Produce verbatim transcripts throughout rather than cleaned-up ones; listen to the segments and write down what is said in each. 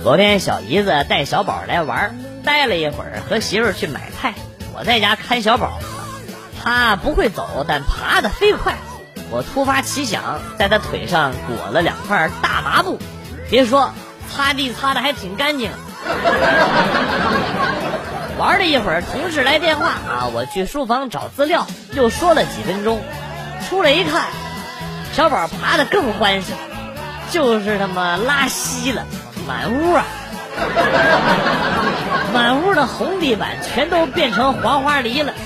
昨天小姨子带小宝来玩，待了一会儿和媳妇儿去买菜，我在家看小宝。他不会走，但爬得飞快。我突发奇想，在他腿上裹了两块大麻布，别说擦地擦得还挺干净。玩了一会儿，同事来电话啊，我去书房找资料，又说了几分钟，出来一看，小宝爬得更欢实，就是他妈拉稀了，满屋啊，满屋的红地板全都变成黄花梨了。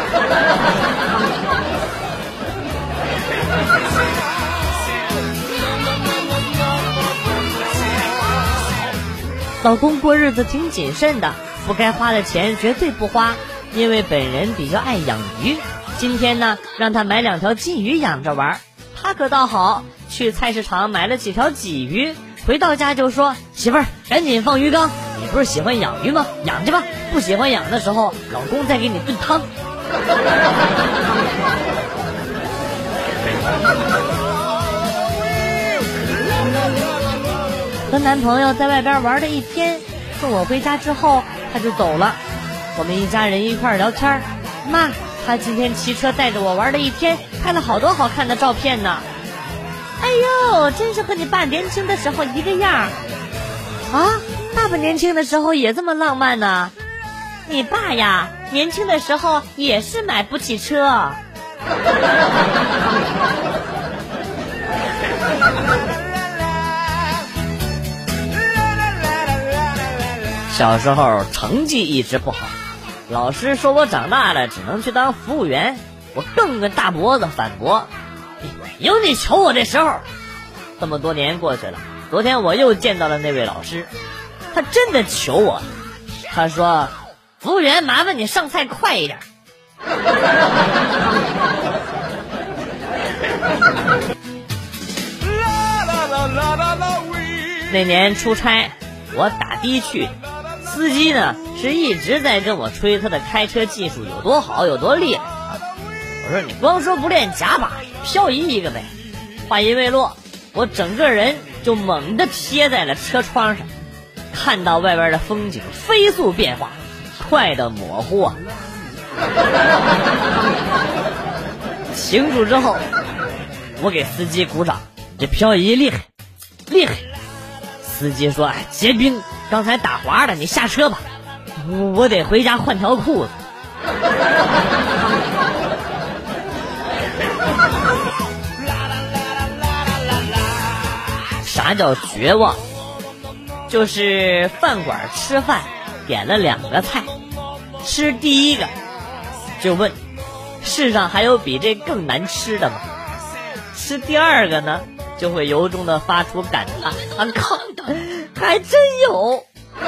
老公过日子挺谨慎的，不该花的钱绝对不花，因为本人比较爱养鱼。今天呢，让他买两条鲫鱼养着玩，他可倒好，去菜市场买了几条鲫鱼，回到家就说：“媳妇儿，赶紧放鱼缸，你不是喜欢养鱼吗？养去吧，不喜欢养的时候，老公再给你炖汤。”和男朋友在外边玩了一天，送我回家之后他就走了。我们一家人一块聊天，妈，他今天骑车带着我玩了一天，拍了好多好看的照片呢。哎呦，真是和你爸年轻的时候一个样啊！爸爸年轻的时候也这么浪漫呢。你爸呀，年轻的时候也是买不起车。小时候成绩一直不好，老师说我长大了只能去当服务员，我更跟大脖子反驳，有你求我这时候。这么多年过去了，昨天我又见到了那位老师，他真的求我，他说：“服务员，麻烦你上菜快一点。”那年出差，我打的去，司机呢是一直在跟我吹他的开车技术有多好有多厉害。我说你光说不练假把式，漂移一个呗。话音未落，我整个人就猛地贴在了车窗上，看到外边的风景飞速变化，快得模糊啊。停住之后，我给司机鼓掌，这漂移厉害厉害。司机说：“哎，结冰，刚才打滑了，你下车吧，我我得回家换条裤子。”啥叫绝望？就是饭馆吃饭，点了两个菜，吃第一个就问世上还有比这更难吃的吗？吃第二个呢，就会由衷的发出感叹：啊靠，还真有。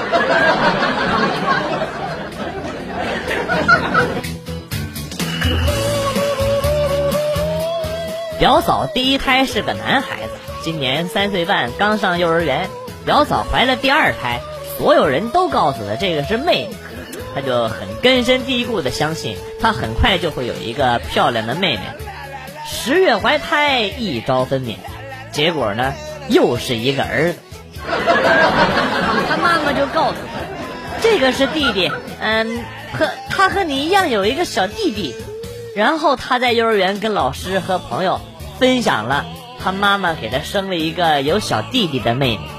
表嫂第一胎是个男孩子，今年三岁半，刚上幼儿园。表嫂怀了第二胎，所有人都告诉她这个是妹妹，她就很根深蒂固的相信她很快就会有一个漂亮的妹妹。十月怀胎，一朝分娩，结果呢又是一个儿子。他妈妈就告诉他，这个是弟弟，嗯，和他和你一样有一个小弟弟。然后他在幼儿园跟老师和朋友分享了他妈妈给他生了一个有小弟弟的妹妹。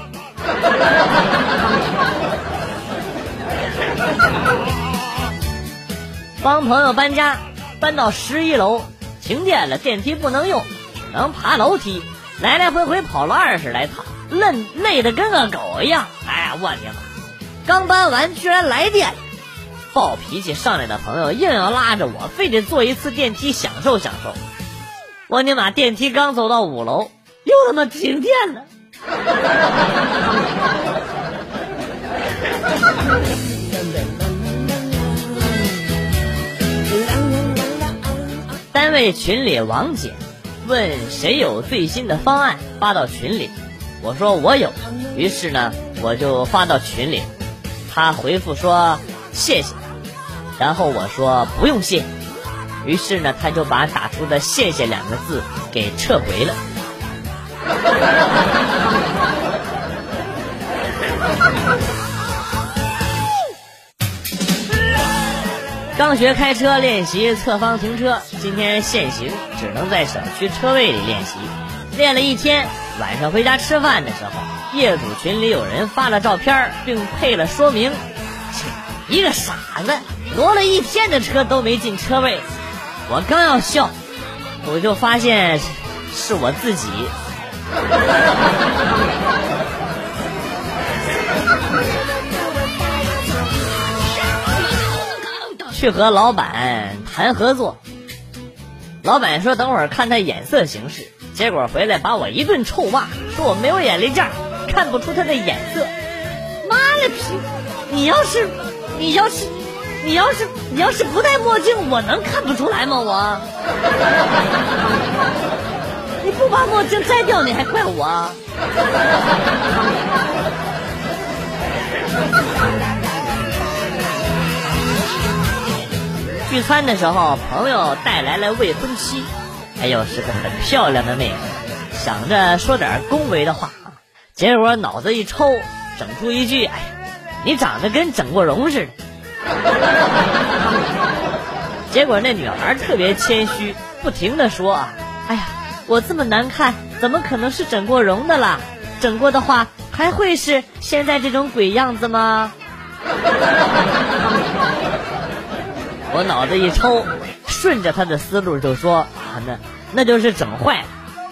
帮朋友搬家，搬到十一楼，停电了，电梯不能用，只能爬楼梯，来来回回跑了二十来趟，累累得跟个狗一样。哎呀，我的妈！刚搬完居然来电，暴脾气上来的朋友硬要拉着我，非得坐一次电梯享受享受。我尼玛，电梯刚走到五楼，又他妈停电了。单位群里王姐问谁有最新的方案发到群里，我说我有，于是呢我就发到群里，她回复说谢谢，然后我说不用谢，于是呢她就把打出的谢谢两个字给撤回了。 刚学开车练习侧方停车，今天限行，只能在小区车位里练习。练了一天，晚上回家吃饭的时候，业主群里有人发了照片，并配了说明。一个傻子挪了一天的车都没进车位，我刚要笑，我就发现是我自己。去和老板谈合作，老板说等会儿看他眼色行事，结果回来把我一顿臭骂，说我没有眼力劲儿，看不出他的眼色。妈了逼！你要是你要是你要是你要是不戴墨镜，我能看不出来吗？我你不把墨镜摘掉，你还怪我？聚餐的时候，朋友带来了未婚妻，哎呦，是个很漂亮的妹子，想着说点恭维的话，结果脑子一抽，整出一句：“哎呀，你长得跟整过容似的。”结果那女孩特别谦虚，不停地说：“啊，哎呀，我这么难看，怎么可能是整过容的啦？整过的话，还会是现在这种鬼样子吗？”我脑子一抽，顺着他的思路就说：“啊，那那就是整坏了。”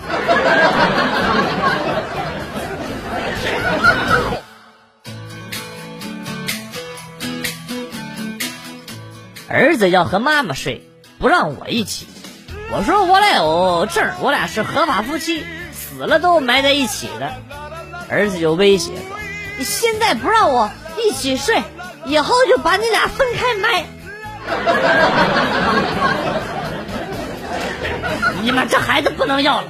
儿子要和妈妈睡，不让我一起。我说我俩有证，我俩是合法夫妻，死了都埋在一起的。儿子就威胁说：“你现在不让我一起睡，以后就把你俩分开埋。”你妈这孩子不能要了。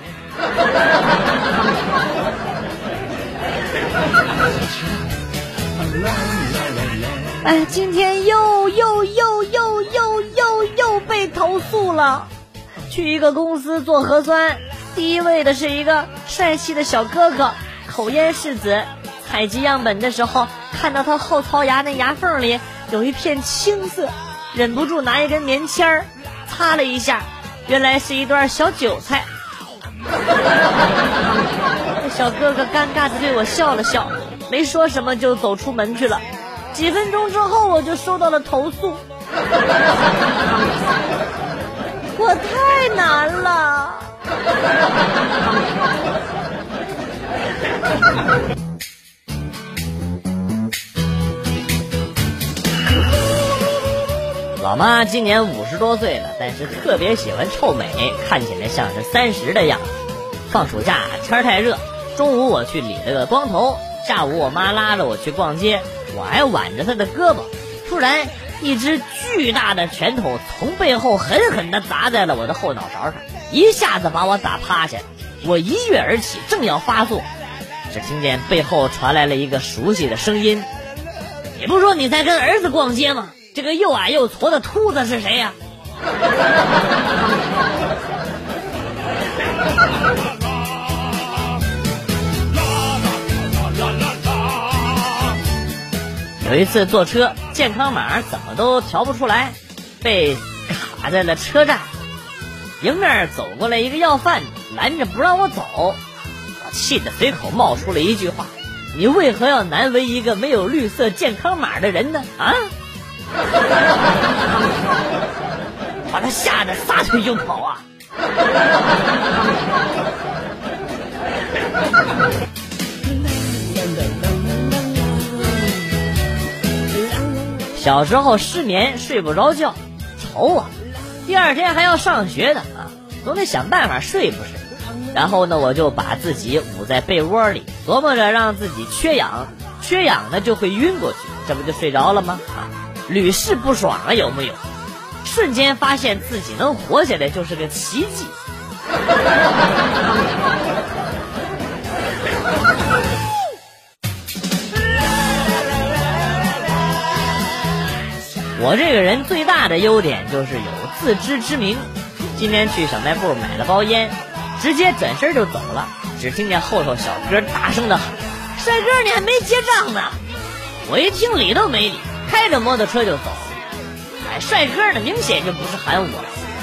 哎，今天又又又又又又又被投诉了。去一个公司做核酸，第一位的是一个帅气的小哥哥，口咽拭子。采集样本的时候，看到他后槽牙那牙缝里有一片青色，忍不住拿一根棉签儿擦了一下，原来是一段小韭菜。这小哥哥尴尬地对我笑了笑，没说什么就走出门去了。几分钟之后，我就收到了投诉。我太难了。老妈今年五十多岁了，但是特别喜欢臭美，看起来像是三十的样子。放暑假天太热，中午我去理了个光头，下午我妈拉着我去逛街，我还挽着她的胳膊，突然一只巨大的拳头从背后狠狠地砸在了我的后脑勺上，一下子把我打趴下。我一跃而起，正要发作，只听见背后传来了一个熟悉的声音：“你不说你在跟儿子逛街吗？这个又矮又矬的秃子是谁呀？”有一次坐车，健康码怎么都调不出来，被卡在了车站。迎面走过来一个要饭的，拦着不让我走，我气得随口冒出了一句话：“你为何要难为一个没有绿色健康码的人呢？”啊！把他吓得撒腿就跑啊！小时候失眠睡不着觉，愁啊，第二天还要上学的啊，总得想办法睡不睡。然后呢，我就把自己捂在被窝里，琢磨着让自己缺氧，缺氧呢就会晕过去，这不就睡着了吗？啊，屡试不爽啊，有没有？瞬间发现自己能活下来就是个奇迹。我这个人最大的优点就是有自知之明。今天去小卖部买了包烟，直接转身就走了，只听见后头小哥大声的喊：“帅哥，你还没结账呢！” 我一听理都没理，开着摩托车就走。哎，帅哥呢，明显就不是喊我。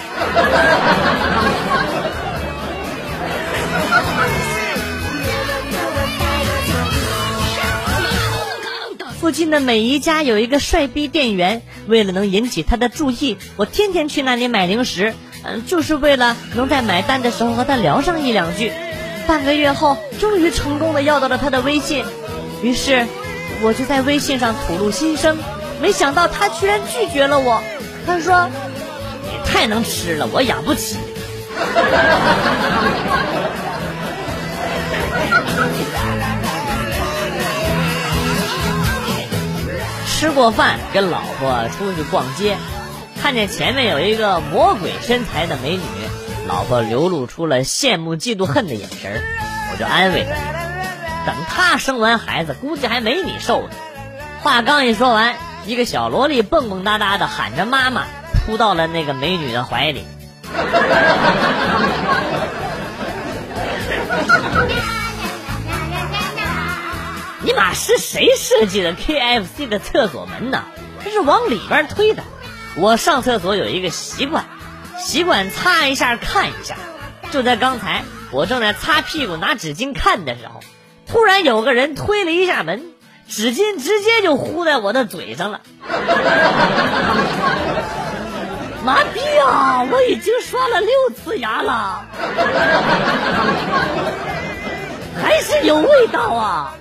附近的每一家有一个帅逼店员，为了能引起他的注意，我天天去那里买零食，嗯，就是为了能在买单的时候和他聊上一两句。半个月后，终于成功的要到了他的微信，于是我就在微信上吐露心声，没想到他居然拒绝了我。他说：“你太能吃了，我养不起。”吃过饭，跟老婆出去逛街，看见前面有一个魔鬼身材的美女，老婆流露出了羡慕嫉妒恨的眼神，我就安慰她，等她生完孩子估计还没你瘦呢。话刚一说完，一个小萝莉蹦蹦哒哒的喊着妈妈，扑到了那个美女的怀里。尼玛，是谁设计的 K F C 的厕所门呢？这是往里边推的。我上厕所有一个习惯，习惯擦一下看一下。就在刚才，我正在擦屁股拿纸巾看的时候，突然有个人推了一下门，纸巾直接就糊在我的嘴上了。妈逼啊！我已经刷了六次牙了，还是有味道啊！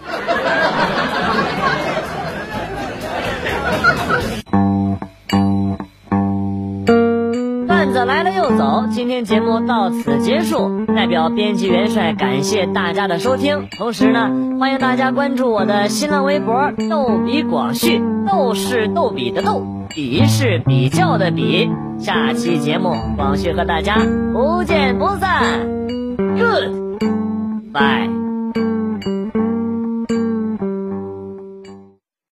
段子来了又走，今天节目到此结束。代表编辑元帅感谢大家的收听，同时呢，欢迎大家关注我的新浪微博逗比广旭，逗是逗比的逗，比是比较的比。下期节目广旭和大家不见不散。 Goodbye。